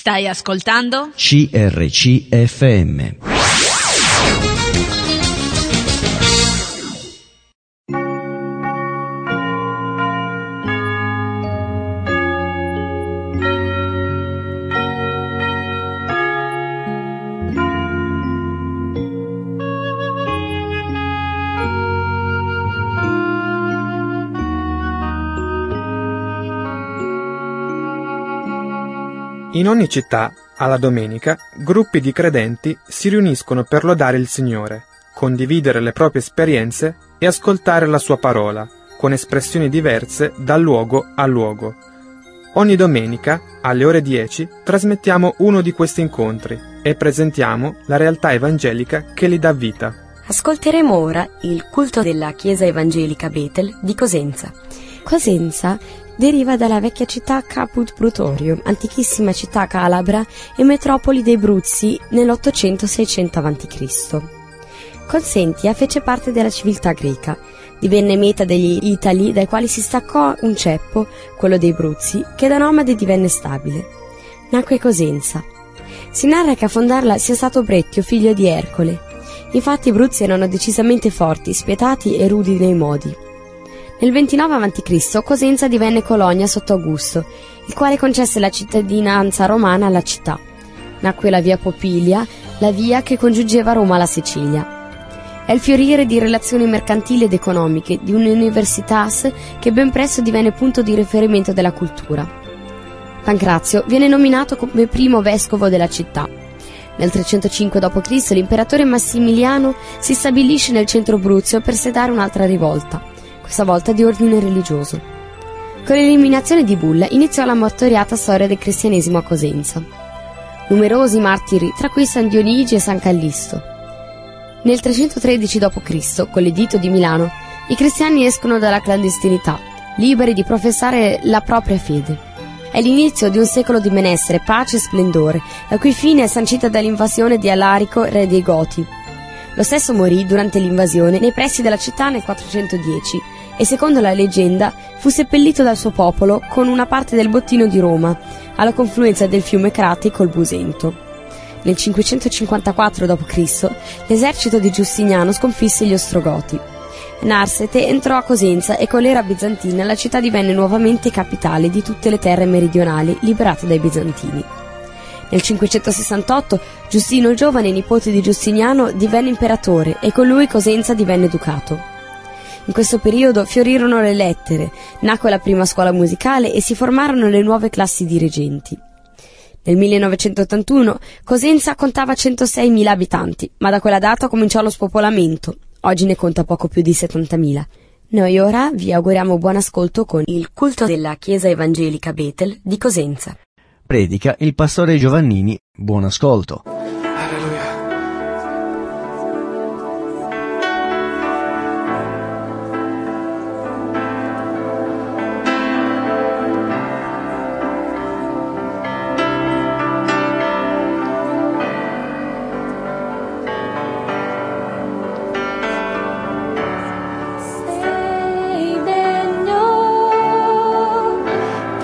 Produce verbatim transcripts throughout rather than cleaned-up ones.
Stai ascoltando C R C F M. In ogni città, alla domenica, gruppi di credenti si riuniscono per lodare il Signore, condividere le proprie esperienze e ascoltare la sua parola, con espressioni diverse da luogo a luogo. Ogni domenica, alle ore dieci, trasmettiamo uno di questi incontri e presentiamo la realtà evangelica che li dà vita. Ascolteremo ora il culto della Chiesa Evangelica Betel di Cosenza. Cosenza deriva dalla vecchia città Caput Prutorio, antichissima città calabra e metropoli dei Bruzzi nell'ottocento seicento avanti Cristo. Consentia fece parte della civiltà greca, divenne meta degli Itali dai quali si staccò un ceppo, quello dei Bruzzi, che da nomade divenne stabile. Nacque Cosenza. Si narra che a fondarla sia stato Brettio, figlio di Ercole. Infatti i Bruzzi erano decisamente forti, spietati e rudi nei modi. Nel ventinove avanti Cristo Cosenza divenne colonia sotto Augusto, il quale concesse la cittadinanza romana alla città. Nacque la via Popilia, la via che congiungeva Roma alla Sicilia. È il fiorire di relazioni mercantili ed economiche di un'universitas che ben presto divenne punto di riferimento della cultura. Pancrazio viene nominato come primo vescovo della città. Nel trecentocinque dopo Cristo l'imperatore Massimiliano si stabilisce nel centro Bruzio per sedare un'altra rivolta, questa volta di ordine religioso. Con l'eliminazione di Bulla iniziò la martoriata storia del cristianesimo a Cosenza. Numerosi martiri, tra cui San Dionigi e San Callisto. Nel trecentotredici dopo Cristo, con l'editto di Milano, i cristiani escono dalla clandestinità, liberi di professare la propria fede. È l'inizio di un secolo di benessere, pace e splendore, la cui fine è sancita dall'invasione di Alarico, re dei Goti. Lo stesso morì durante l'invasione nei pressi della città nel quattrocentodieci e, secondo la leggenda, fu seppellito dal suo popolo con una parte del bottino di Roma, alla confluenza del fiume Crati col Busento. Nel cinquecentocinquantaquattro dopo Cristo l'esercito di Giustiniano sconfisse gli Ostrogoti. Narsete entrò a Cosenza e con l'era bizantina la città divenne nuovamente capitale di tutte le terre meridionali liberate dai bizantini. Nel cinquecentosessantotto Giustino il Giovane, nipote di Giustiniano, divenne imperatore e con lui Cosenza divenne ducato. In questo periodo fiorirono le lettere, nacque la prima scuola musicale e si formarono le nuove classi dirigenti. Nel millenovecentottantuno Cosenza contava centoseimila abitanti, ma da quella data cominciò lo spopolamento. Oggi ne conta poco più di settantamila. Noi ora vi auguriamo buon ascolto con il culto della Chiesa Evangelica Betel di Cosenza. Predica il pastore Giovannini. Buon ascolto.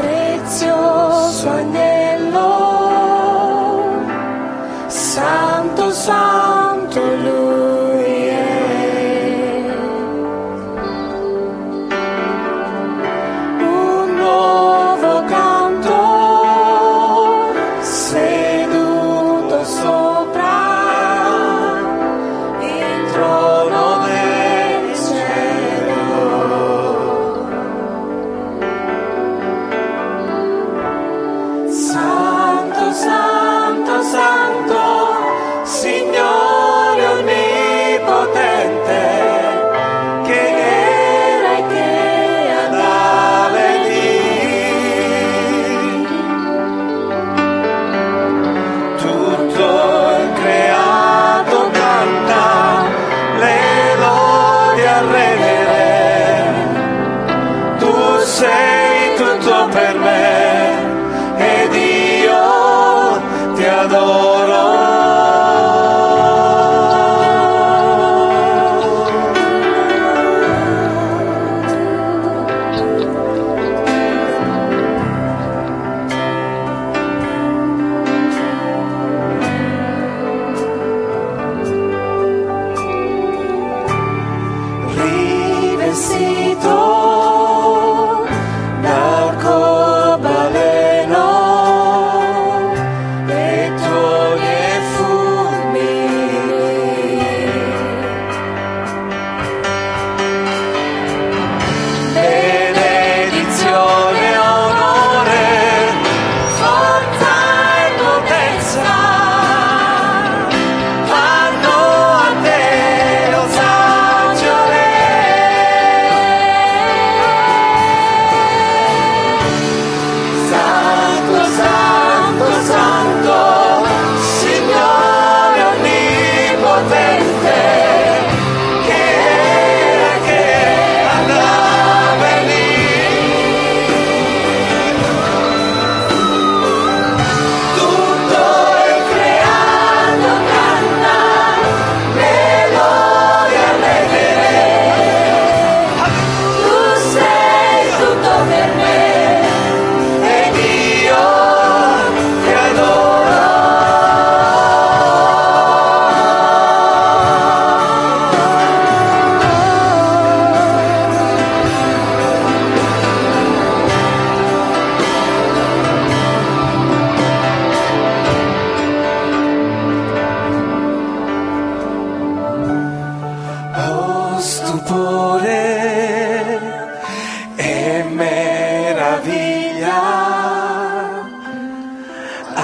Some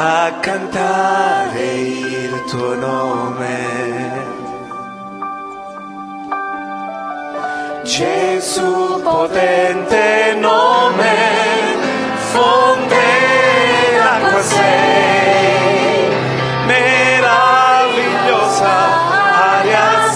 a cantare il tuo nome. Gesù, potente nome, fonte d'acqua sei, meravigliosa aria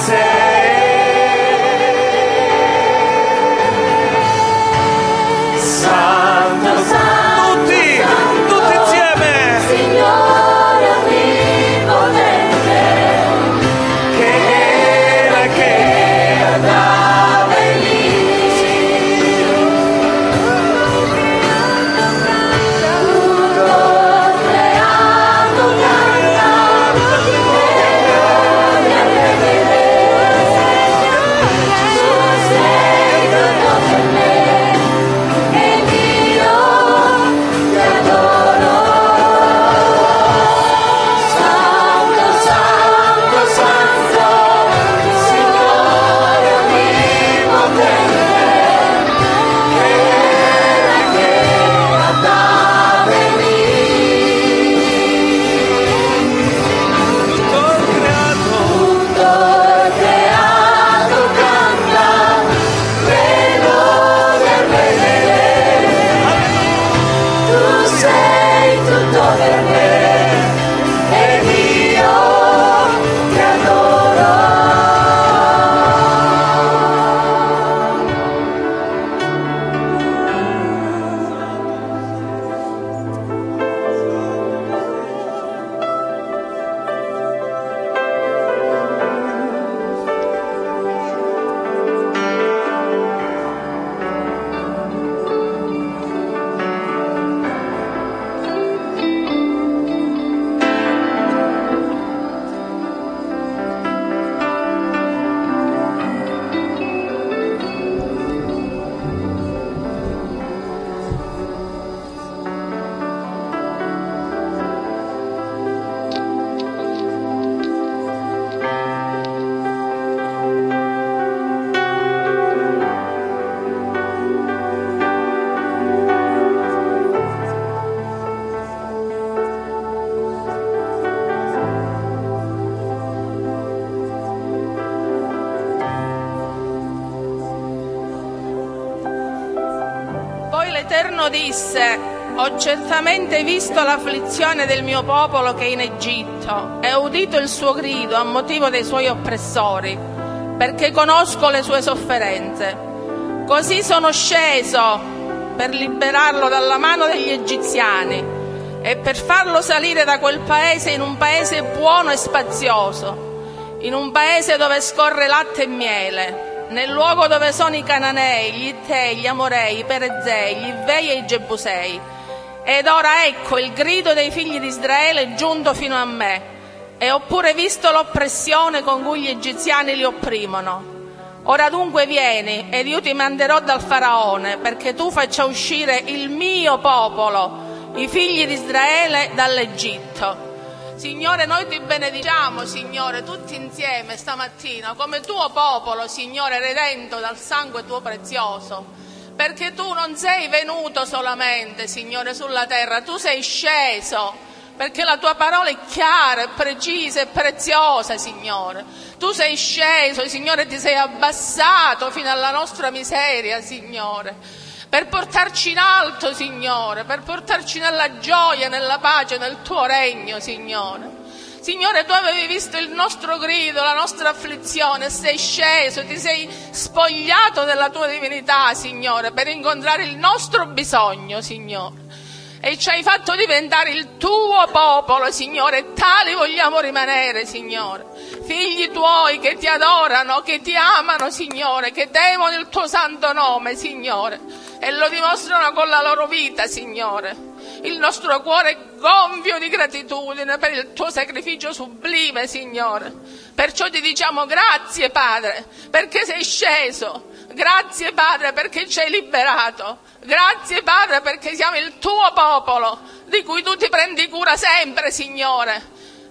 sei. Santo, Santo, tutti, Santo, tutti insieme. Signore onnipotente, che era che andava lì. l'Eterno disse: ho certamente visto l'afflizione del mio popolo che è in Egitto e ho udito il suo grido a motivo dei suoi oppressori, perché conosco le sue sofferenze. Così sono sceso per liberarlo dalla mano degli egiziani e per farlo salire da quel paese in un paese buono e spazioso, in un paese dove scorre latte e miele, nel luogo dove sono i Cananei, gli Ittei, gli Amorei, i Perezei, gli Ivei e i Gebusei. Ed ora ecco il grido dei figli di Israele è giunto fino a me, e ho pure visto l'oppressione con cui gli egiziani li opprimono. Ora dunque vieni, ed io ti manderò dal Faraone, perché tu faccia uscire il mio popolo, i figli di Israele, dall'Egitto. Signore, noi ti benediciamo, Signore, tutti insieme stamattina, come tuo popolo, Signore, redento dal sangue tuo prezioso, perché tu non sei venuto solamente, Signore, sulla terra, tu sei sceso, perché la tua parola è chiara, è precisa, è preziosa, Signore. Tu sei sceso, Signore, ti sei abbassato fino alla nostra miseria, Signore, per portarci in alto, Signore, per portarci nella gioia, nella pace, nel tuo regno, Signore. Signore, tu avevi visto il nostro grido, la nostra afflizione, sei sceso, ti sei spogliato della tua divinità, Signore, per incontrare il nostro bisogno, Signore. E ci hai fatto diventare il tuo popolo, Signore, e tali vogliamo rimanere, Signore. Figli tuoi che ti adorano, che ti amano, Signore, che temono il tuo santo nome, Signore, e lo dimostrano con la loro vita, Signore. Il nostro cuore è gonfio di gratitudine per il tuo sacrificio sublime, Signore. Perciò ti diciamo grazie, Padre, perché sei sceso. Grazie, Padre, perché ci hai liberato. Grazie, Padre, perché siamo il tuo popolo, di cui tu ti prendi cura sempre, Signore.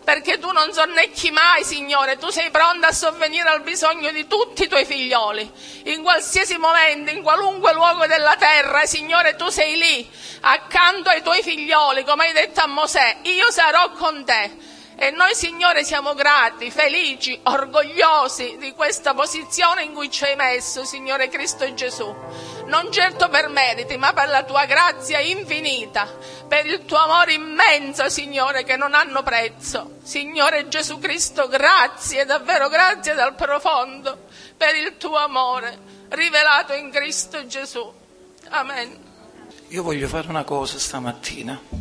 perché tu non sonnecchi mai, Signore, tu sei pronta a sovvenire al bisogno di tutti i tuoi figlioli, in qualsiasi momento, in qualunque luogo della terra. Signore, tu sei lì, accanto ai tuoi figlioli, come hai detto a Mosè, io sarò con te. E noi, Signore, siamo grati, felici, orgogliosi di questa posizione in cui ci hai messo, Signore Cristo Gesù. Non certo per meriti, ma per la tua grazia infinita, per il tuo amore immenso, Signore, che non hanno prezzo. Signore Gesù Cristo, grazie, davvero grazie dal profondo, per il tuo amore rivelato in Cristo Gesù. Amen. Io voglio fare una cosa stamattina.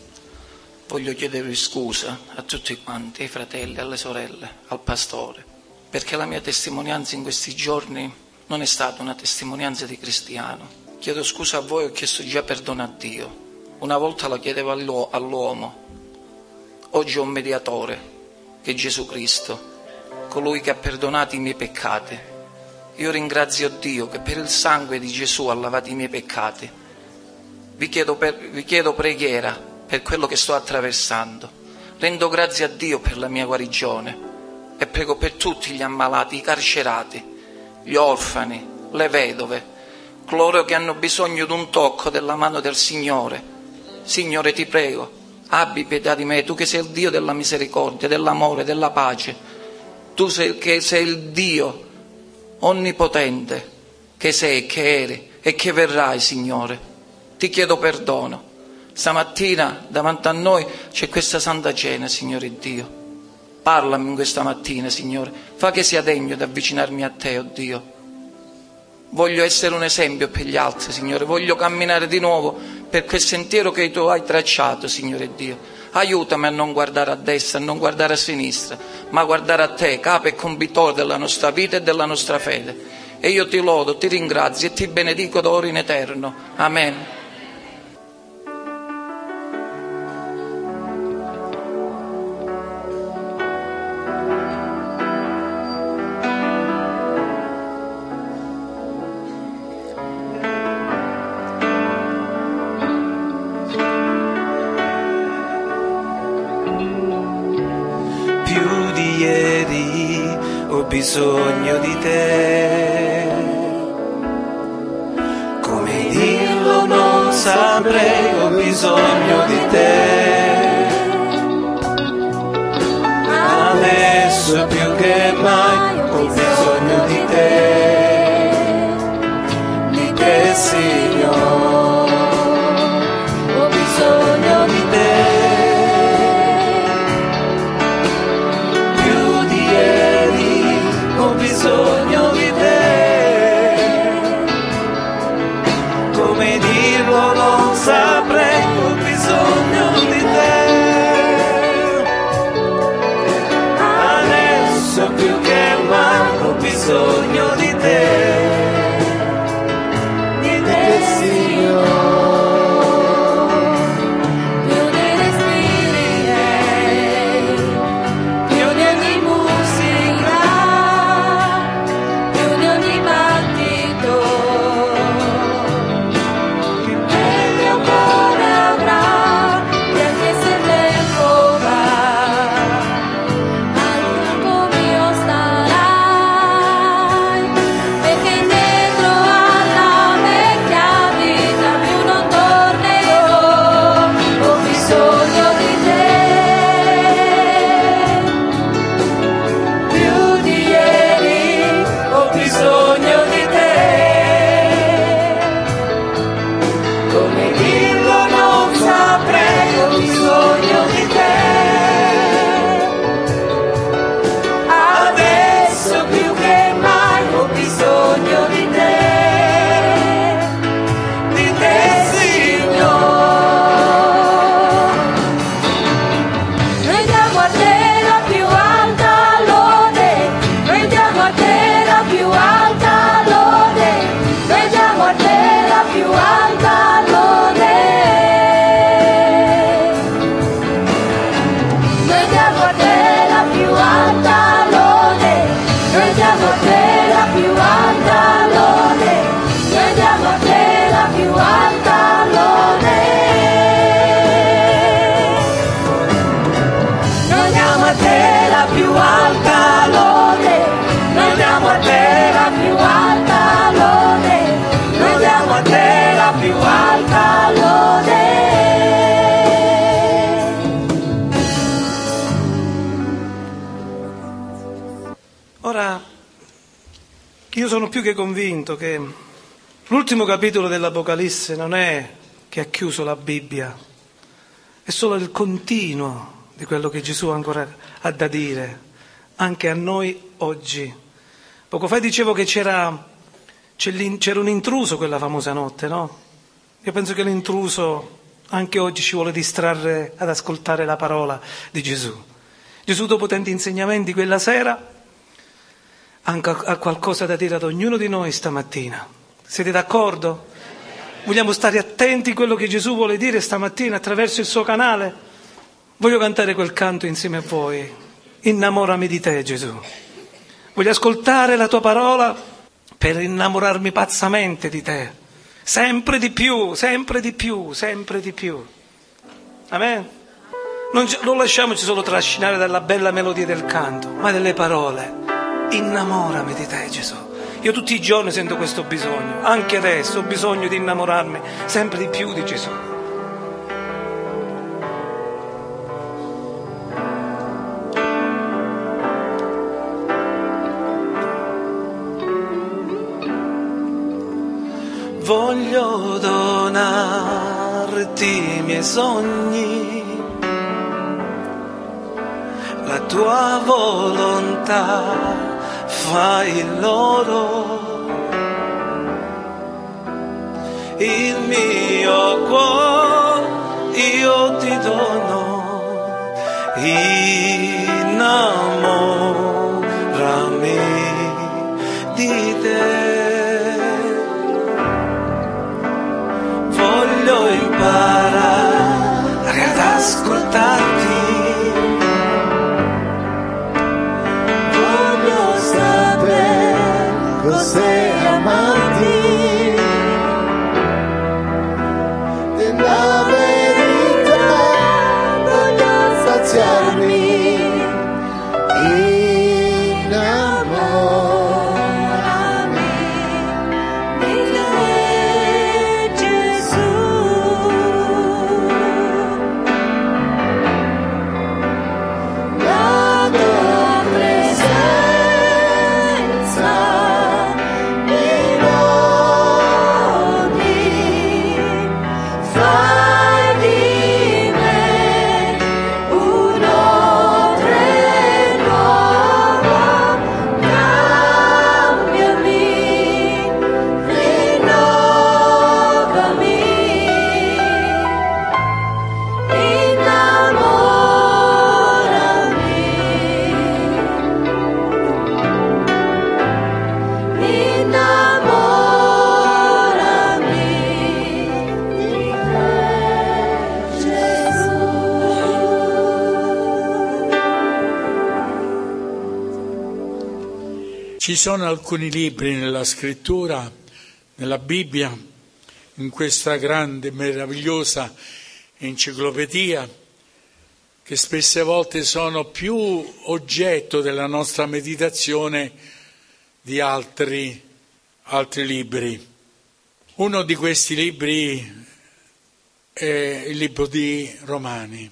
Voglio chiedervi scusa a tutti quanti, ai fratelli, alle sorelle, al pastore, perché la mia testimonianza in questi giorni non è stata una testimonianza di cristiano. Chiedo scusa a voi, ho chiesto già perdono a Dio. Una volta lo chiedevo all'uomo, oggi ho un mediatore, che è Gesù Cristo, colui che ha perdonato i miei peccati. Io ringrazio Dio che per il sangue di Gesù ha lavato i miei peccati. Vi chiedo, per, vi chiedo preghiera per quello che sto attraversando. Rendo grazie a Dio per la mia guarigione e prego per tutti gli ammalati, i carcerati, gli orfani, le vedove, coloro che hanno bisogno di un tocco della mano del Signore. Signore, ti prego, abbi pietà di me, tu che sei il Dio della misericordia, dell'amore, della pace, tu sei, che sei il Dio onnipotente, che sei, che eri e che verrai, Signore. Ti chiedo perdono. Stamattina davanti a noi c'è questa Santa Cena, Signore Dio. Parlami in questa mattina, Signore. Fa che sia degno di avvicinarmi a Te, oh Dio. Voglio essere un esempio per gli altri, Signore. Voglio camminare di nuovo per quel sentiero che Tu hai tracciato, Signore Dio. Aiutami a non guardare a destra, a non guardare a sinistra, ma a guardare a Te, capo e condutore della nostra vita e della nostra fede. E io Ti lodo, Ti ringrazio e Ti benedico d'ora in eterno. Amen. Bisogno di te, come dirlo non saprei, ho bisogno di te, adesso più che mai ho bisogno di te, di te Signore, ho bisogno di te. Ho bisogno di te, come dirlo non saprei, ho bisogno di te, adesso Ora, io sono più che convinto che l'ultimo capitolo dell'Apocalisse non è che ha chiuso la Bibbia, è solo il continuo di quello che Gesù ancora ha da dire, anche a noi oggi. Poco fa dicevo che c'era, c'era un intruso quella famosa notte, no? Io penso che l'intruso anche oggi ci vuole distrarre ad ascoltare la parola di Gesù. Gesù, dopo tanti insegnamenti quella sera, anche ha qualcosa da dire ad ognuno di noi stamattina. Siete d'accordo? Vogliamo stare attenti a quello che Gesù vuole dire stamattina attraverso il suo canale? Voglio cantare quel canto insieme a voi. Innamorami di te, Gesù. Voglio ascoltare la tua parola per innamorarmi pazzamente di te. Sempre di più, sempre di più, sempre di più. Amen? Non, non lasciamoci solo trascinare dalla bella melodia del canto, ma delle parole. Innamorami di te, Gesù. Io tutti i giorni sento questo bisogno, anche adesso ho bisogno di innamorarmi sempre di più di Gesù. Voglio donarti i miei sogni, la tua volontà. Fai loro, il mio cuore io ti dono, innamorami di te. Voglio imparare ad ascoltarti. Cos'è amarti nella verità, voglio saziarmi, innamorami di te, Gesù. La tua presenza Ci sono alcuni libri nella scrittura, nella Bibbia, in questa grande, meravigliosa enciclopedia, che spesse volte sono più oggetto della nostra meditazione di altri, altri libri. Uno di questi libri è il libro di Romani.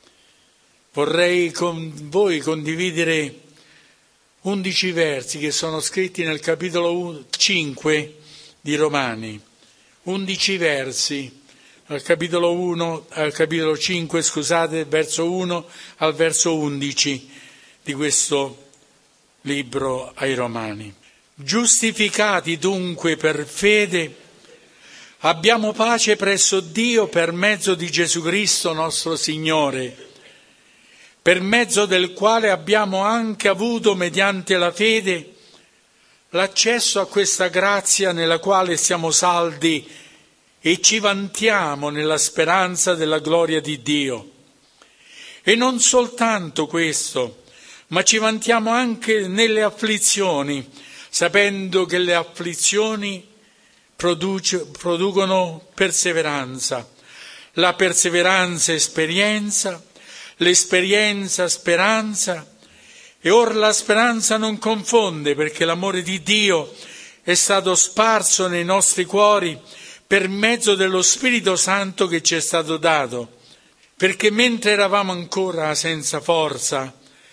Vorrei con voi condividere undici versi che sono scritti nel capitolo cinque di Romani. Undici versi, dal capitolo uno al capitolo cinque, scusate, verso uno al verso undici di questo libro ai Romani. Giustificati dunque per fede, abbiamo pace presso Dio per mezzo di Gesù Cristo nostro Signore, per mezzo del quale abbiamo anche avuto, mediante la fede, l'accesso a questa grazia nella quale siamo saldi e ci vantiamo nella speranza della gloria di Dio. E non soltanto questo, ma ci vantiamo anche nelle afflizioni, sapendo che le afflizioni produce, producono perseveranza, la perseveranza esperienza, l'esperienza speranza, e or la speranza non confonde, perché l'amore di Dio è stato sparso nei nostri cuori per mezzo dello Spirito Santo che ci è stato dato, perché mentre eravamo ancora senza forza,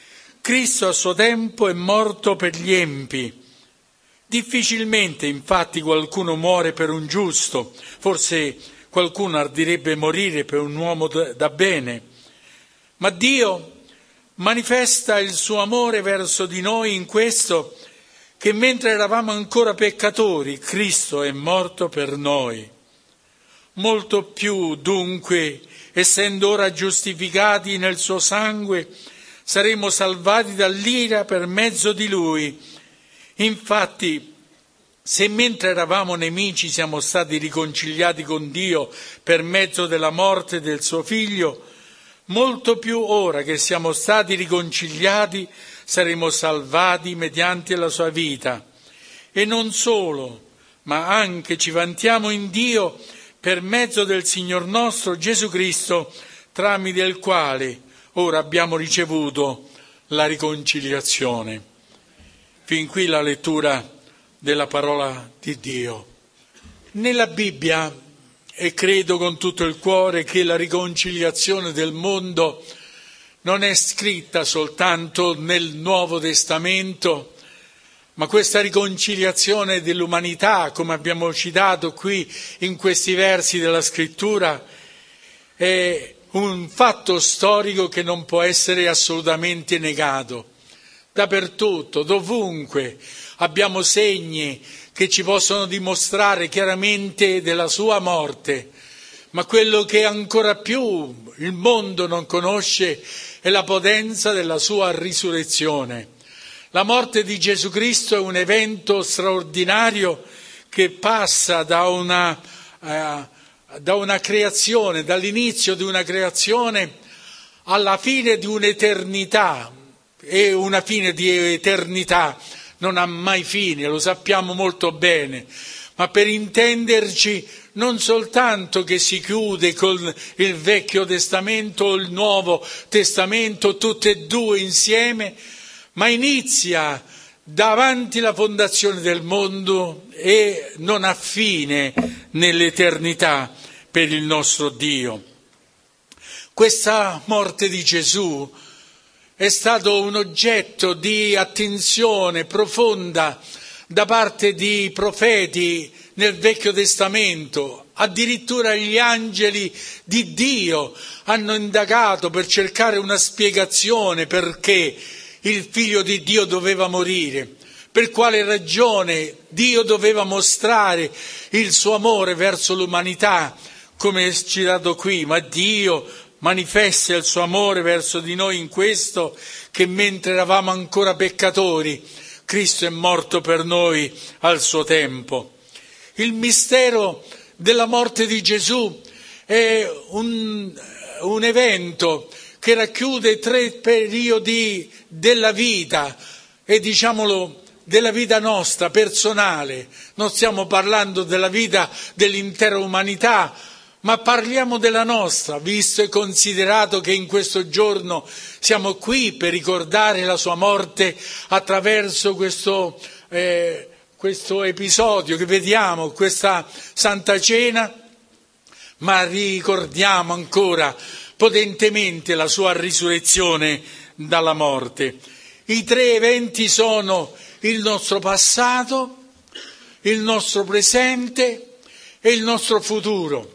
Cristo a suo tempo è morto per gli empi. Difficilmente, infatti, qualcuno muore per un giusto, forse qualcuno ardirebbe morire per un uomo da bene, ma Dio manifesta il suo amore verso di noi in questo, che mentre eravamo ancora peccatori, Cristo è morto per noi. Molto più, dunque, essendo ora giustificati nel suo sangue, saremo salvati dall'ira per mezzo di Lui. Infatti, se mentre eravamo nemici siamo stati riconciliati con Dio per mezzo della morte del suo Figlio, molto più ora che siamo stati riconciliati saremo salvati mediante la sua vita. E non solo, ma anche ci vantiamo in Dio per mezzo del Signor nostro Gesù Cristo, tramite il quale ora abbiamo ricevuto la riconciliazione. Fin qui la lettura della parola di Dio. Nella Bibbia, e credo con tutto il cuore che la riconciliazione del mondo non è scritta soltanto nel Nuovo Testamento, ma questa riconciliazione dell'umanità, come abbiamo citato qui in questi versi della Scrittura, è un fatto storico che non può essere assolutamente negato. Dappertutto, dovunque, abbiamo segni che ci possono dimostrare chiaramente della sua morte, ma quello che ancora più il mondo non conosce è la potenza della sua risurrezione. La morte di Gesù Cristo è un evento straordinario che passa da una, eh, da una creazione, dall'inizio di una creazione alla fine di un'eternità, e una fine di eternità non ha mai fine, lo sappiamo molto bene, ma per intenderci non soltanto che si chiude con il Vecchio Testamento o il Nuovo Testamento, tutte e due insieme, ma inizia davanti alla fondazione del mondo e non ha fine nell'eternità per il nostro Dio. Questa morte di Gesù è stato un oggetto di attenzione profonda da parte di profeti nel Vecchio Testamento. Addirittura gli angeli di Dio hanno indagato per cercare una spiegazione perché il Figlio di Dio doveva morire, per quale ragione Dio doveva mostrare il suo amore verso l'umanità, come è citato qui, ma Dio manifesta il suo amore verso di noi in questo, che mentre eravamo ancora peccatori, Cristo è morto per noi al suo tempo. Il mistero della morte di Gesù è un, un evento che racchiude tre periodi della vita, e diciamolo della vita nostra, personale. Non stiamo parlando della vita dell'intera umanità, ma parliamo della nostra, visto e considerato che in questo giorno siamo qui per ricordare la sua morte attraverso questo, eh, questo episodio che vediamo, questa Santa Cena, ma ricordiamo ancora potentemente la sua risurrezione dalla morte. I tre eventi sono il nostro passato, il nostro presente e il nostro futuro.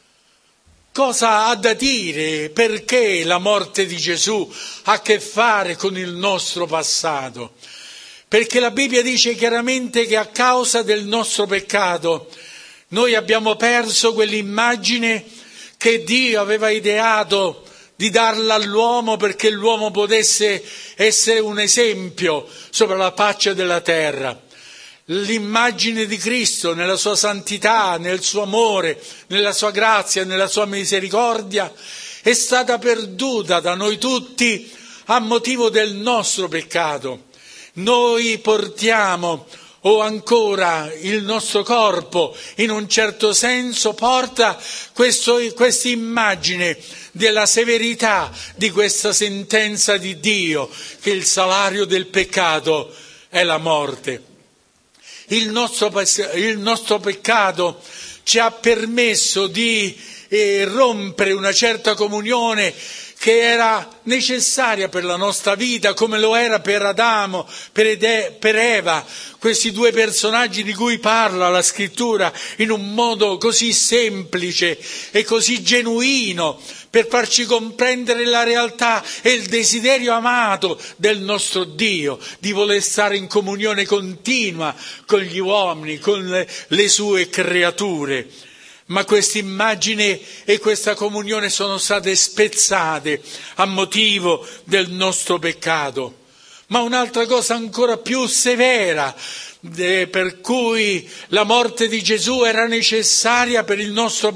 Cosa ha da dire? Perché la morte di Gesù ha a che fare con il nostro passato? Perché la Bibbia dice chiaramente che a causa del nostro peccato noi abbiamo perso quell'immagine che Dio aveva ideato di darla all'uomo perché l'uomo potesse essere un esempio sopra la faccia della terra. L'immagine di Cristo nella sua santità, nel suo amore, nella sua grazia, nella sua misericordia è stata perduta da noi tutti a motivo del nostro peccato. Noi portiamo, o ancora il nostro corpo in un certo senso porta questa immagine della severità di questa sentenza di Dio, che il salario del peccato è la morte. Il nostro, il nostro peccato ci ha permesso di eh, rompere una certa comunione che era necessaria per la nostra vita, come lo era per Adamo, per, Ede, per Eva, questi due personaggi di cui parla la Scrittura in un modo così semplice e così genuino, per farci comprendere la realtà e il desiderio amato del nostro Dio, di voler stare in comunione continua con gli uomini, con le, le sue creature. Ma questa immagine e questa comunione sono state spezzate a motivo del nostro peccato. Ma un'altra cosa ancora più severa, eh, per cui la morte di Gesù era necessaria per il nostro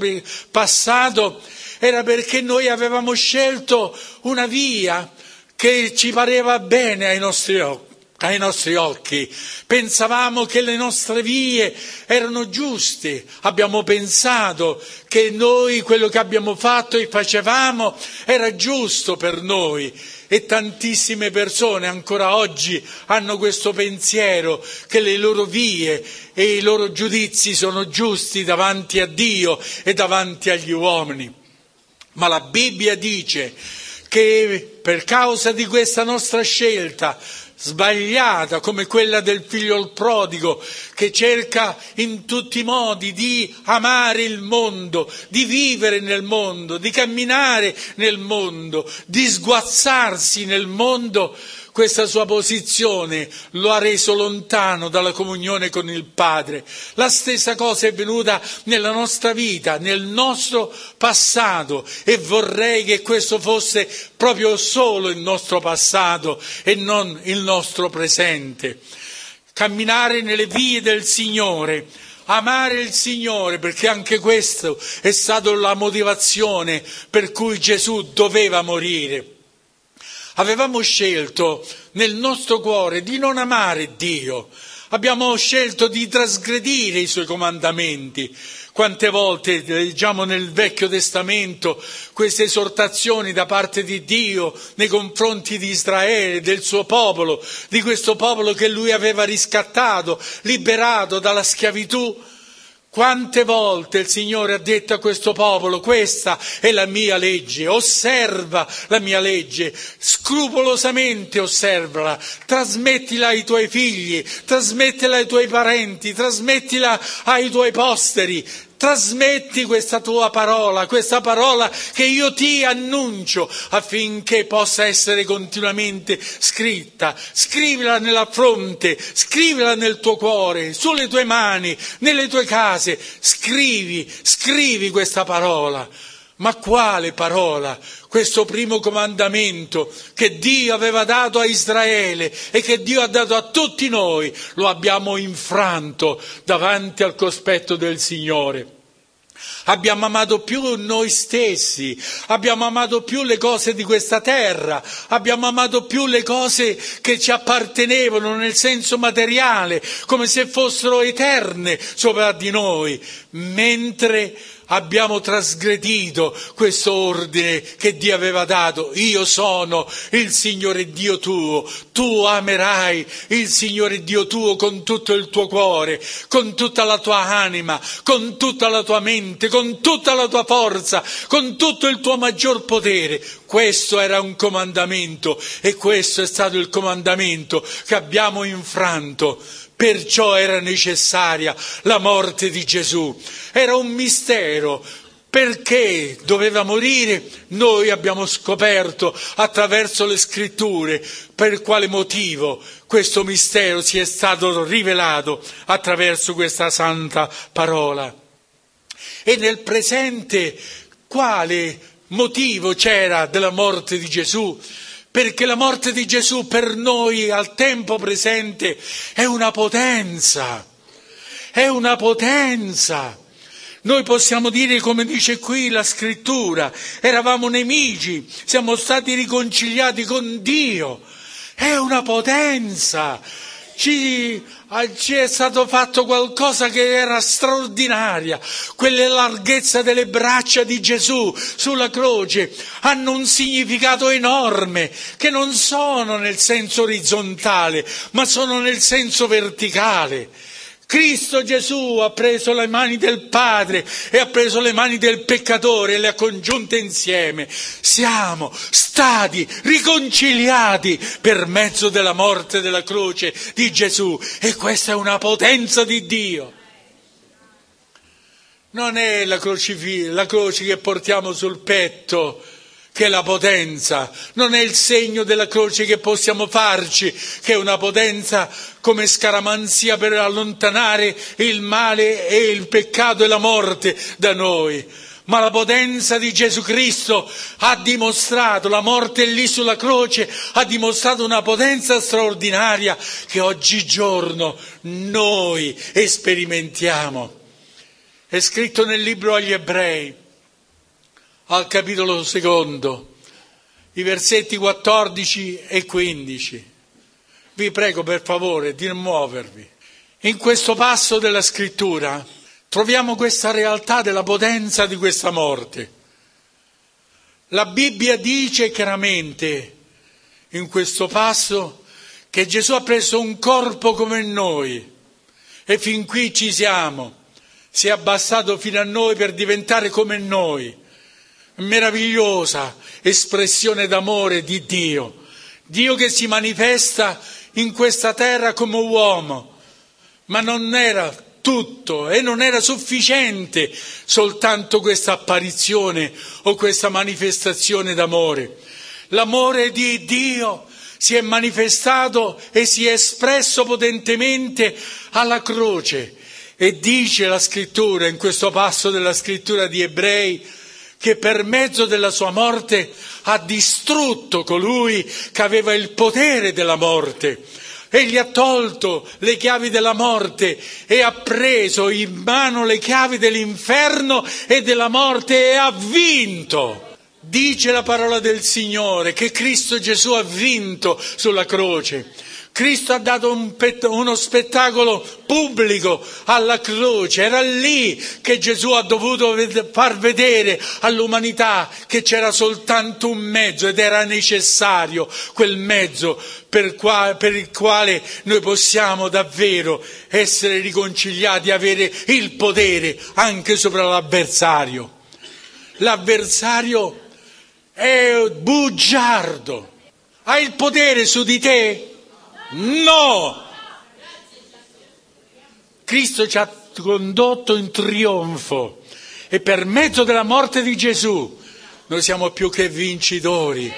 passato, era perché noi avevamo scelto una via che ci pareva bene ai nostri occhi. Ai nostri occhi. Pensavamo che le nostre vie erano giuste, abbiamo pensato che noi quello che abbiamo fatto e facevamo era giusto per noi, e tantissime persone ancora oggi hanno questo pensiero che le loro vie e i loro giudizi sono giusti davanti a Dio e davanti agli uomini. Ma la Bibbia dice che per causa di questa nostra scelta sbagliata, come quella del figlio prodigo, che cerca in tutti i modi di amare il mondo, di vivere nel mondo, di camminare nel mondo, di sguazzarsi nel mondo, questa sua posizione lo ha reso lontano dalla comunione con il Padre. La stessa cosa è venuta nella nostra vita, nel nostro passato, e vorrei che questo fosse proprio solo il nostro passato e non il nostro presente. Camminare nelle vie del Signore, amare il Signore, perché anche questo è stata la motivazione per cui Gesù doveva morire. Avevamo scelto nel nostro cuore di non amare Dio, abbiamo scelto di trasgredire i Suoi comandamenti. Quante volte leggiamo nel Vecchio Testamento queste esortazioni da parte di Dio nei confronti di Israele, del suo popolo, di questo popolo che Lui aveva riscattato, liberato dalla schiavitù. Quante volte il Signore ha detto a questo popolo: questa è la mia legge, osserva la mia legge, scrupolosamente osservala, trasmettila ai tuoi figli, trasmettila ai tuoi parenti, trasmettila ai tuoi posteri. Trasmetti questa tua parola, questa parola che io ti annuncio, affinché possa essere continuamente scritta. Scrivila nella fronte, scrivila nel tuo cuore, sulle tue mani, nelle tue case. Scrivi, scrivi questa parola. Ma quale parola? Questo primo comandamento che Dio aveva dato a Israele e che Dio ha dato a tutti noi, lo abbiamo infranto davanti al cospetto del Signore. Abbiamo amato più noi stessi, abbiamo amato più le cose di questa terra, abbiamo amato più le cose che ci appartenevano nel senso materiale, come se fossero eterne sopra di noi, mentre abbiamo trasgredito questo ordine che Dio aveva dato. Io sono il Signore Dio tuo, tu amerai il Signore Dio tuo con tutto il tuo cuore, con tutta la tua anima, con tutta la tua mente, con tutta la tua forza, con tutto il tuo maggior potere. Questo era un comandamento e questo è stato il comandamento che abbiamo infranto. Perciò era necessaria la morte di Gesù. Era un mistero. Perché doveva morire? Noi abbiamo scoperto attraverso le Scritture per quale motivo questo mistero si è stato rivelato attraverso questa santa parola. E nel presente quale motivo c'era della morte di Gesù? Perché la morte di Gesù per noi al tempo presente è una potenza, è una potenza. Noi possiamo dire, come dice qui la Scrittura, eravamo nemici, siamo stati riconciliati con Dio. È una potenza. Ci, ci è stato fatto qualcosa che era straordinaria. Quelle larghezza delle braccia di Gesù sulla croce hanno un significato enorme, che non sono nel senso orizzontale, ma sono nel senso verticale. Cristo Gesù ha preso le mani del Padre e ha preso le mani del peccatore e le ha congiunte insieme. Siamo stati riconciliati per mezzo della morte della croce di Gesù, e questa è una potenza di Dio. Non è la, crocif- la croce che portiamo sul petto che è la potenza, non è il segno della croce che possiamo farci, che è una potenza come scaramanzia per allontanare il male e il peccato e la morte da noi. Ma la potenza di Gesù Cristo ha dimostrato, la morte lì sulla croce ha dimostrato una potenza straordinaria che oggigiorno noi sperimentiamo. È scritto nel libro agli Ebrei, al capitolo secondo, i versetti quattordici e quindici. Vi prego per favore di muovervi. In questo passo della scrittura troviamo questa realtà della potenza di questa morte. La Bibbia dice chiaramente in questo passo che Gesù ha preso un corpo come noi e fin qui ci siamo. Si è abbassato fino a noi per diventare come noi. Meravigliosa espressione d'amore di Dio. Dio che si manifesta in questa terra come uomo. Ma non era tutto e non era sufficiente soltanto questa apparizione o questa manifestazione d'amore. L'amore di Dio si è manifestato e si è espresso potentemente alla croce. E dice la scrittura, in questo passo della scrittura di Ebrei, che per mezzo della sua morte ha distrutto colui che aveva il potere della morte. Egli ha tolto le chiavi della morte e ha preso in mano le chiavi dell'inferno e della morte e ha vinto. Dice la parola del Signore che Cristo Gesù ha vinto sulla croce. Cristo ha dato un pet- uno spettacolo pubblico alla croce. Era lì che Gesù ha dovuto ved- far vedere all'umanità che c'era soltanto un mezzo ed era necessario quel mezzo per, qua- per il quale noi possiamo davvero essere riconciliati, avere il potere anche sopra l'avversario. L'avversario è bugiardo. Ha il potere su di te? No! Cristo ci ha condotto in trionfo e per mezzo della morte di Gesù noi siamo più che vincitori.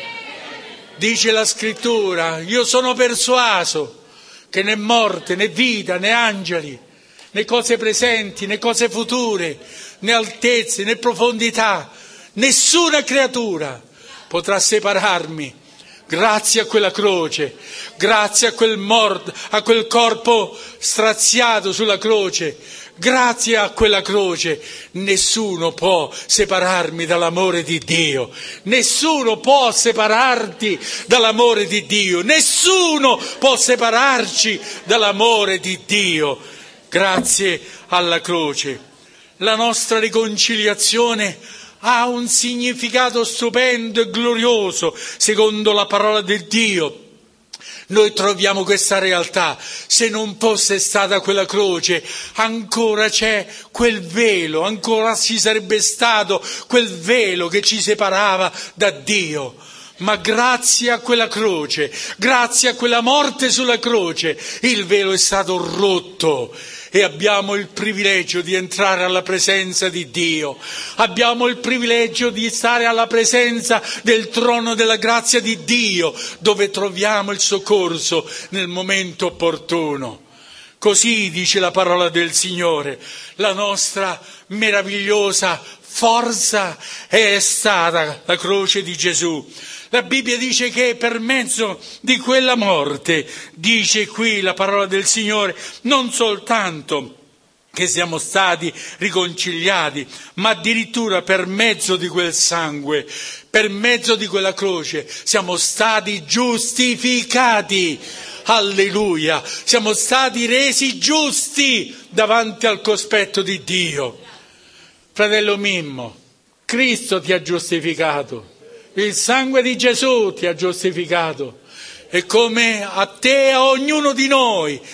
Dice la scrittura, io sono persuaso che né morte, né vita, né angeli, né cose presenti, né cose future, né altezze, né profondità, nessuna creatura potrà separarmi. Grazie a quella croce, grazie a quel, mort- a quel corpo straziato sulla croce, grazie a quella croce, nessuno può separarmi dall'amore di Dio, nessuno può separarti dall'amore di Dio, nessuno può separarci dall'amore di Dio, grazie alla croce. La nostra riconciliazione ha un significato stupendo e glorioso, secondo la parola di Dio. Noi troviamo questa realtà. Se non fosse stata quella croce, ancora c'è quel velo, ancora ci sarebbe stato quel velo che ci separava da Dio. Ma grazie a quella croce, grazie a quella morte sulla croce, il velo è stato rotto. E abbiamo il privilegio di entrare alla presenza di Dio. Abbiamo il privilegio di stare alla presenza del trono della grazia di Dio, dove troviamo il soccorso nel momento opportuno. Così dice la parola del Signore. La nostra meravigliosa forza è stata la croce di Gesù. La Bibbia dice che per mezzo di quella morte, dice qui la parola del Signore, non soltanto che siamo stati riconciliati, ma addirittura per mezzo di quel sangue, per mezzo di quella croce, siamo stati giustificati. Alleluia! Siamo stati resi giusti davanti al cospetto di Dio. Fratello Mimmo, Cristo ti ha giustificato. Il sangue di Gesù ti ha giustificato e come a te e a ognuno di noi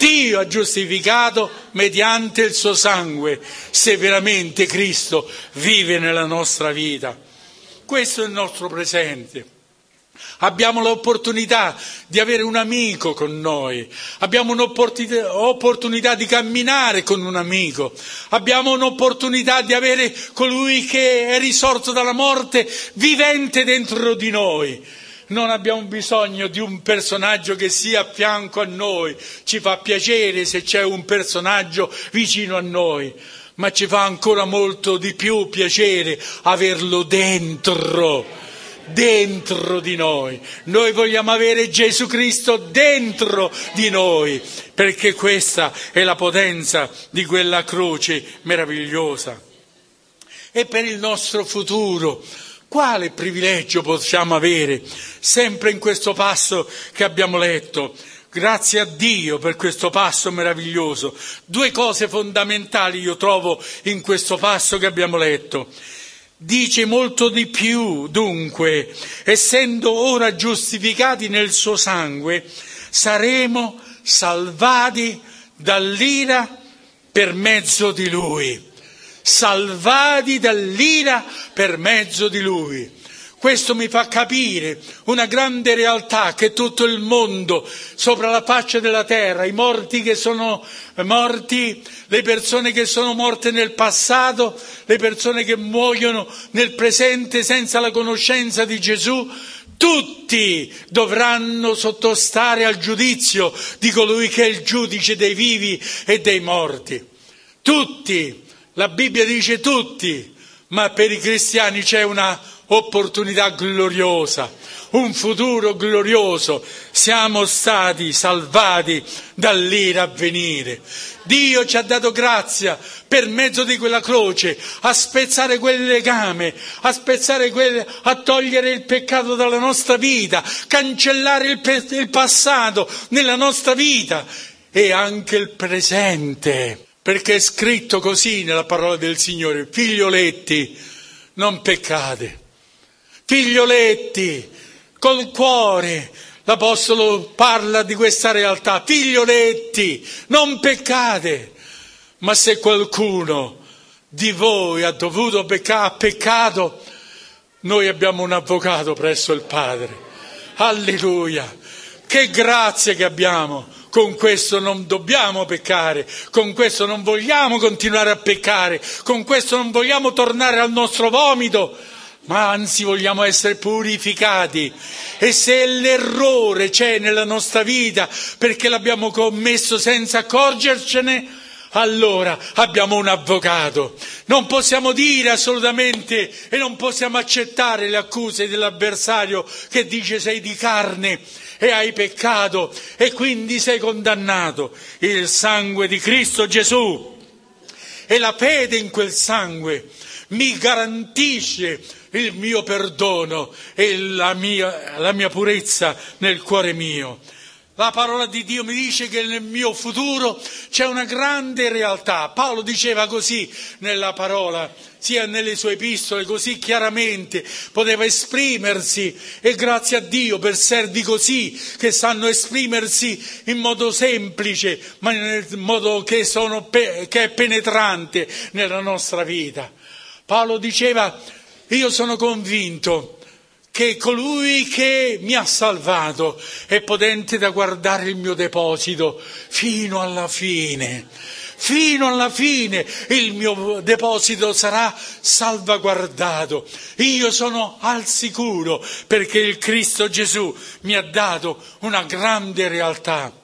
Dio ha giustificato mediante il suo sangue, se veramente Cristo vive nella nostra vita. Questo è il nostro presente. Abbiamo l'opportunità di avere un amico con noi, abbiamo un'opportunità di camminare con un amico, abbiamo un'opportunità di avere colui che è risorto dalla morte vivente dentro di noi. Non abbiamo bisogno di un personaggio che sia a fianco a noi, ci fa piacere se c'è un personaggio vicino a noi, ma ci fa ancora molto di più piacere averlo dentro. Dentro di noi. Noi vogliamo avere Gesù Cristo dentro di noi, perché questa è la potenza di quella croce meravigliosa. E per il nostro futuro, quale privilegio possiamo avere? Sempre in questo passo che abbiamo letto. Grazie a Dio per questo passo meraviglioso. Due cose fondamentali io trovo in questo passo che abbiamo letto. Dice molto di più, dunque, essendo ora giustificati nel suo sangue, saremo salvati dall'ira per mezzo di lui. Salvati dall'ira per mezzo di lui. Questo mi fa capire una grande realtà che tutto il mondo, sopra la faccia della terra, i morti che sono morti, le persone che sono morte nel passato, le persone che muoiono nel presente senza la conoscenza di Gesù, tutti dovranno sottostare al giudizio di colui che è il giudice dei vivi e dei morti. Tutti, la Bibbia dice tutti, ma per i cristiani c'è una opportunità gloriosa, un futuro glorioso. Siamo stati salvati dall'ira a venire. Dio ci ha dato grazia per mezzo di quella croce a spezzare quel legame, a spezzare quel, a togliere il peccato dalla nostra vita, cancellare il, pe- il passato nella nostra vita e anche il presente, perché è scritto così nella parola del Signore: figlioletti, non peccate. Figlioletti, col cuore, l'Apostolo parla di questa realtà. Figlioletti, non peccate. Ma se qualcuno di voi ha dovuto peccare, ha peccato, noi abbiamo un avvocato presso il Padre. Alleluia! Che grazia che abbiamo! Con questo non dobbiamo peccare, con questo non vogliamo continuare a peccare, con questo non vogliamo tornare al nostro vomito, ma anzi vogliamo essere purificati. E se l'errore c'è nella nostra vita perché l'abbiamo commesso senza accorgercene, allora abbiamo un avvocato. Non possiamo dire assolutamente e non possiamo accettare le accuse dell'avversario che dice sei di carne e hai peccato e quindi sei condannato. Il sangue di Cristo Gesù e la fede in quel sangue mi garantisce il mio perdono e la mia, la mia purezza nel cuore mio. La parola di Dio mi dice che nel mio futuro c'è una grande realtà. Paolo diceva così nella parola, sia nelle sue epistole, così chiaramente poteva esprimersi, e grazie a Dio per servi così che sanno esprimersi in modo semplice, ma nel modo che, sono, che è penetrante nella nostra vita. Paolo diceva: io sono convinto che colui che mi ha salvato è potente da guardare il mio deposito fino alla fine. Fino alla fine il mio deposito sarà salvaguardato. Io sono al sicuro perché il Cristo Gesù mi ha dato una grande realtà.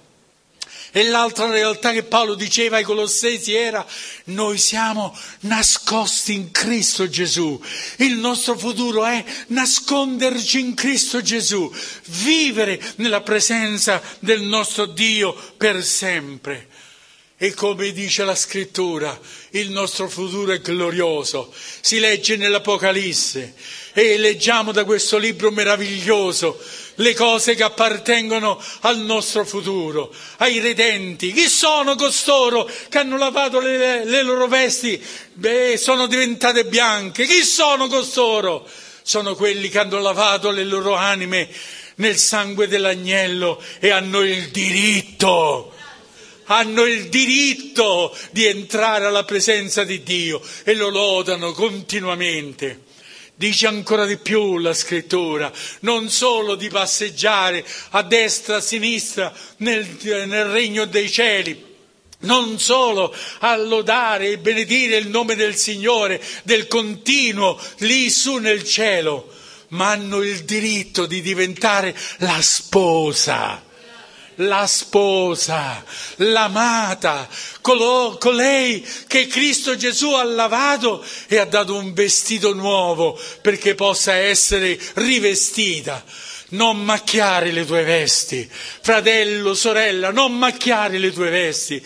E l'altra realtà che Paolo diceva ai Colossesi era: noi siamo nascosti in Cristo Gesù. Il nostro futuro è nasconderci in Cristo Gesù, vivere nella presenza del nostro Dio per sempre. E come dice la Scrittura, il nostro futuro è glorioso. Si legge nell'Apocalisse e leggiamo da questo libro meraviglioso le cose che appartengono al nostro futuro, ai redenti. Chi sono costoro che hanno lavato le, le loro vesti e sono diventate bianche? Chi sono costoro? Sono quelli che hanno lavato le loro anime nel sangue dell'agnello e hanno il diritto. hanno il diritto di entrare alla presenza di Dio e lo lodano continuamente. Dice ancora di più la Scrittura, non solo di passeggiare a destra, a sinistra nel, nel regno dei cieli, non solo a lodare e benedire il nome del Signore, del continuo lì su nel cielo, ma hanno il diritto di diventare la sposa. La sposa, l'amata, colo- colei che Cristo Gesù ha lavato e ha dato un vestito nuovo perché possa essere rivestita. Non macchiare le tue vesti, fratello, sorella, non macchiare le tue vesti.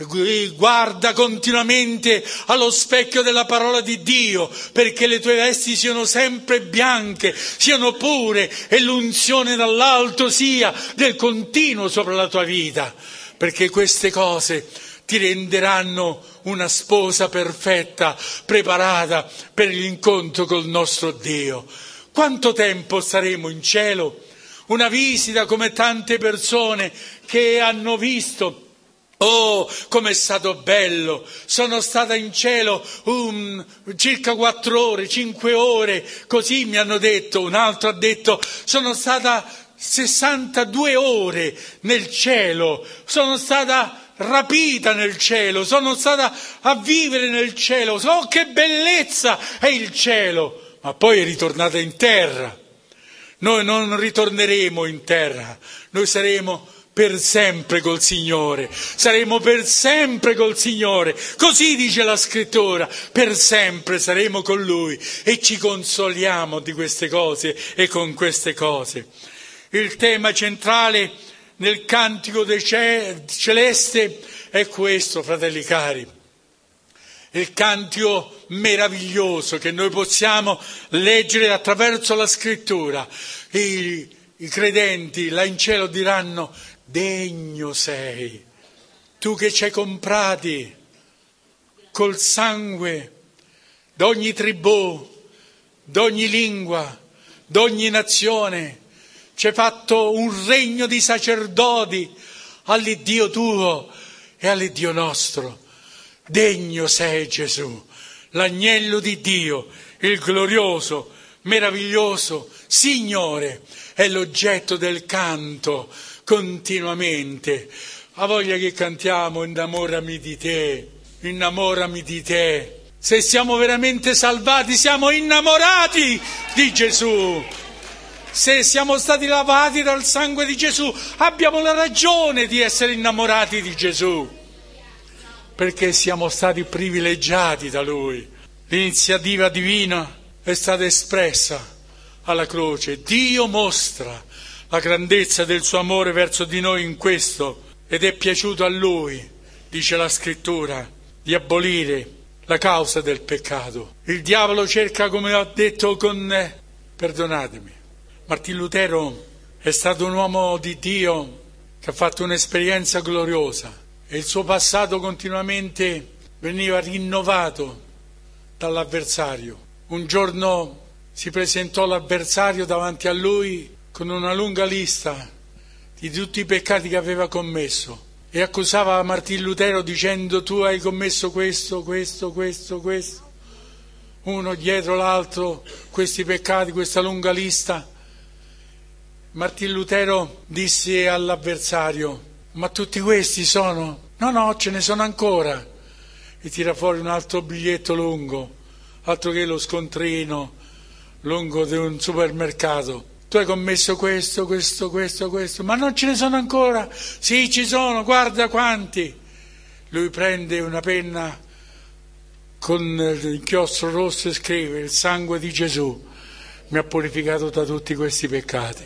Guarda continuamente allo specchio della parola di Dio, perché le tue vesti siano sempre bianche, siano pure, e l'unzione dall'alto sia del continuo sopra la tua vita, perché queste cose ti renderanno una sposa perfetta, preparata per l'incontro col nostro Dio. Quanto tempo staremo in cielo? Una visita come tante persone che hanno visto. Oh, com'è stato bello! Sono stata in cielo um, circa quattro ore, cinque ore, così mi hanno detto. Un altro ha detto, sono stata sessantadue ore nel cielo, sono stata rapita nel cielo, sono stata a vivere nel cielo. Oh, che bellezza è il cielo! Ma poi è ritornata in terra. Noi non ritorneremo in terra, noi saremo per sempre col Signore, saremo per sempre col Signore, così dice la Scrittura, per sempre saremo con Lui e ci consoliamo di queste cose e con queste cose. Il tema centrale nel cantico de ce- celeste è questo, fratelli cari. Il cantico meraviglioso che noi possiamo leggere attraverso la Scrittura. I, i credenti là in cielo diranno, degno sei, tu che ci hai comprati col sangue d'ogni tribù, d'ogni lingua, d'ogni nazione, ci hai fatto un regno di sacerdoti all'Iddio tuo e all'Iddio nostro. Degno sei Gesù, l'agnello di Dio, il glorioso, meraviglioso Signore, è l'oggetto del canto continuamente. Ha voglia che cantiamo, innamorami di te, innamorami di te. Se siamo veramente salvati, siamo innamorati di Gesù. Se siamo stati lavati dal sangue di Gesù, abbiamo la ragione di essere innamorati di Gesù, perché siamo stati privilegiati da Lui. L'iniziativa divina è stata espressa alla croce. Dio mostra la grandezza del suo amore verso di noi in questo, ed è piaciuto a Lui, dice la Scrittura, di abolire la causa del peccato. Il diavolo cerca, come ho detto, con... Eh, perdonatemi, Martin Lutero è stato un uomo di Dio che ha fatto un'esperienza gloriosa. E il suo passato continuamente veniva rinnovato dall'avversario. Un giorno si presentò l'avversario davanti a lui con una lunga lista di tutti i peccati che aveva commesso e accusava Martin Lutero dicendo: tu hai commesso questo, questo, questo, questo, uno dietro l'altro, questi peccati, questa lunga lista. Martin Lutero disse all'avversario: ma tutti questi sono? No, no, ce ne sono ancora. E tira fuori un altro biglietto lungo, altro che lo scontrino lungo di un supermercato. Tu hai commesso questo, questo, questo, questo, ma non ce ne sono ancora? Sì, ci sono, guarda quanti. Lui prende una penna con l'inchiostro rosso e scrive: il sangue di Gesù mi ha purificato da tutti questi peccati.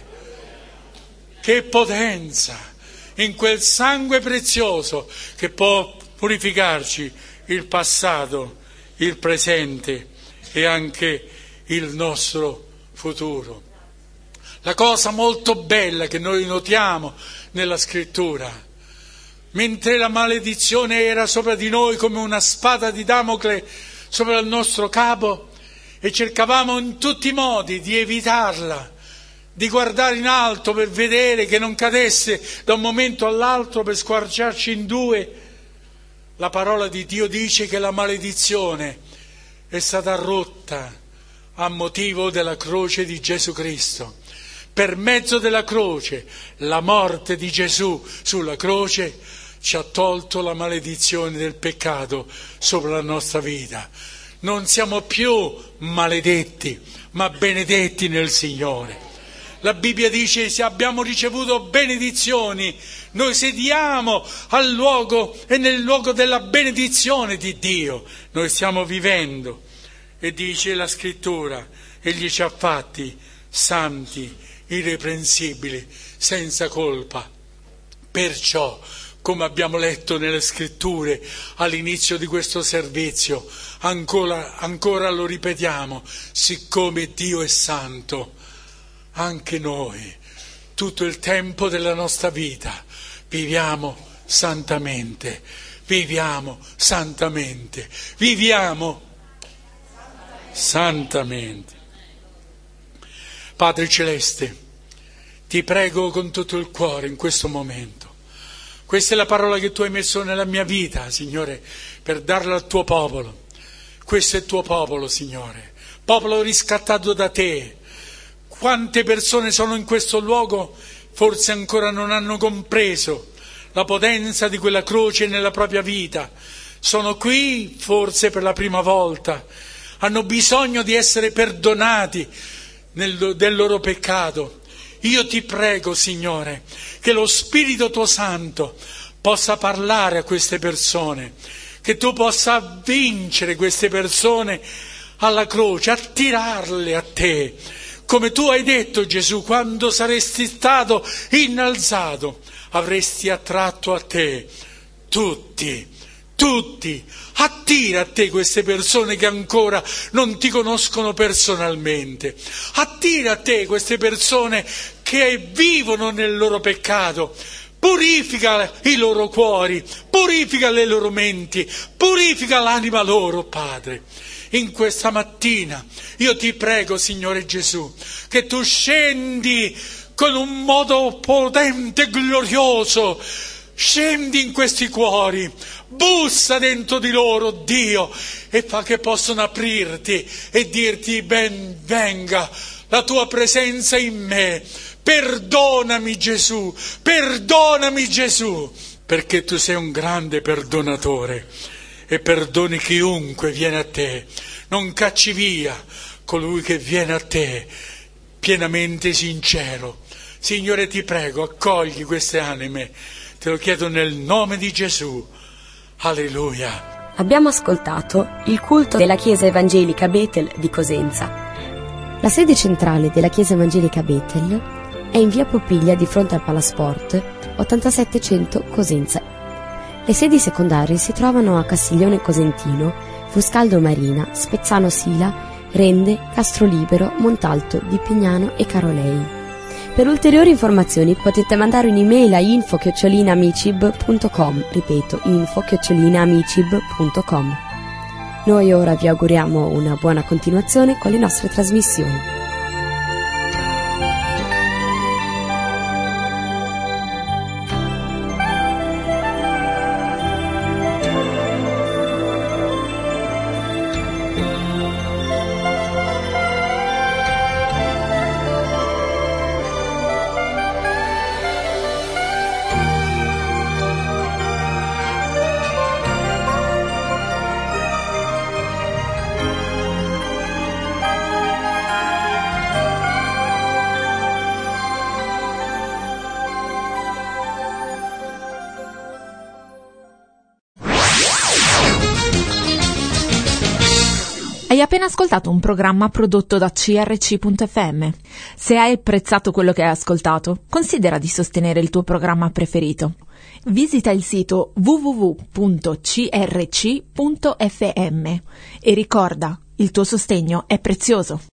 Che potenza in quel sangue prezioso che può purificarci il passato, il presente e anche il nostro futuro. La cosa molto bella che noi notiamo nella Scrittura, mentre la maledizione era sopra di noi come una spada di Damocle sopra il nostro capo e cercavamo in tutti i modi di evitarla, di guardare in alto per vedere che non cadesse da un momento all'altro per squarciarci in due. La parola di Dio dice che la maledizione è stata rotta a motivo della croce di Gesù Cristo. Per mezzo della croce, la morte di Gesù sulla croce ci ha tolto la maledizione del peccato sopra la nostra vita. Non siamo più maledetti, ma benedetti nel Signore. La Bibbia dice: se abbiamo ricevuto benedizioni, noi sediamo al luogo e nel luogo della benedizione di Dio. Noi stiamo vivendo. E dice la Scrittura: Egli ci ha fatti santi, irreprensibili, senza colpa. Perciò, come abbiamo letto nelle Scritture all'inizio di questo servizio, ancora, ancora lo ripetiamo, siccome Dio è santo, anche noi, tutto il tempo della nostra vita, viviamo santamente, viviamo santamente, viviamo santamente. Padre Celeste, ti prego con tutto il cuore in questo momento. Questa è la parola che tu hai messo nella mia vita, Signore, per darla al tuo popolo. Questo è il tuo popolo, Signore, popolo riscattato da te. Quante persone sono in questo luogo, forse ancora non hanno compreso la potenza di quella croce nella propria vita. Sono qui forse per la prima volta, hanno bisogno di essere perdonati nel, del loro peccato. Io ti prego, Signore, che lo Spirito tuo Santo possa parlare a queste persone, che tu possa vincere queste persone alla croce, attirarle a te. Come tu hai detto, Gesù, quando saresti stato innalzato, avresti attratto a te tutti, tutti. Attira a te queste persone che ancora non ti conoscono personalmente. Attira a te queste persone che vivono nel loro peccato. Purifica i loro cuori, purifica le loro menti, purifica l'anima loro, Padre. In questa mattina io ti prego, Signore Gesù, che tu scendi con un modo potente e glorioso, scendi in questi cuori, bussa dentro di loro, Dio, e fa che possano aprirti e dirti: ben venga la tua presenza in me, perdonami Gesù, perdonami Gesù, perché tu sei un grande perdonatore e perdoni chiunque viene a te, non cacci via colui che viene a te pienamente sincero. Signore, ti prego, accogli queste anime, te lo chiedo nel nome di Gesù. Alleluia. Abbiamo ascoltato il culto della Chiesa Evangelica Betel di Cosenza. La sede centrale della Chiesa Evangelica Betel è in via Popiglia di fronte al Palasport, ottantasettecento Cosenza. Le sedi secondarie si trovano a Castiglione Cosentino, Fuscaldo Marina, Spezzano Sila, Rende, Castrolibero, Montalto, Di Pignano e Carolei. Per ulteriori informazioni potete mandare un'email a info chiocciola amicib punto com, ripeto, info chiocciola amicib punto com. Noi ora vi auguriamo una buona continuazione con le nostre trasmissioni. Hai appena ascoltato un programma prodotto da C R C punto F M. Se hai apprezzato quello che hai ascoltato, considera di sostenere il tuo programma preferito. Visita il sito w w w punto c r c punto f m e ricorda, il tuo sostegno è prezioso.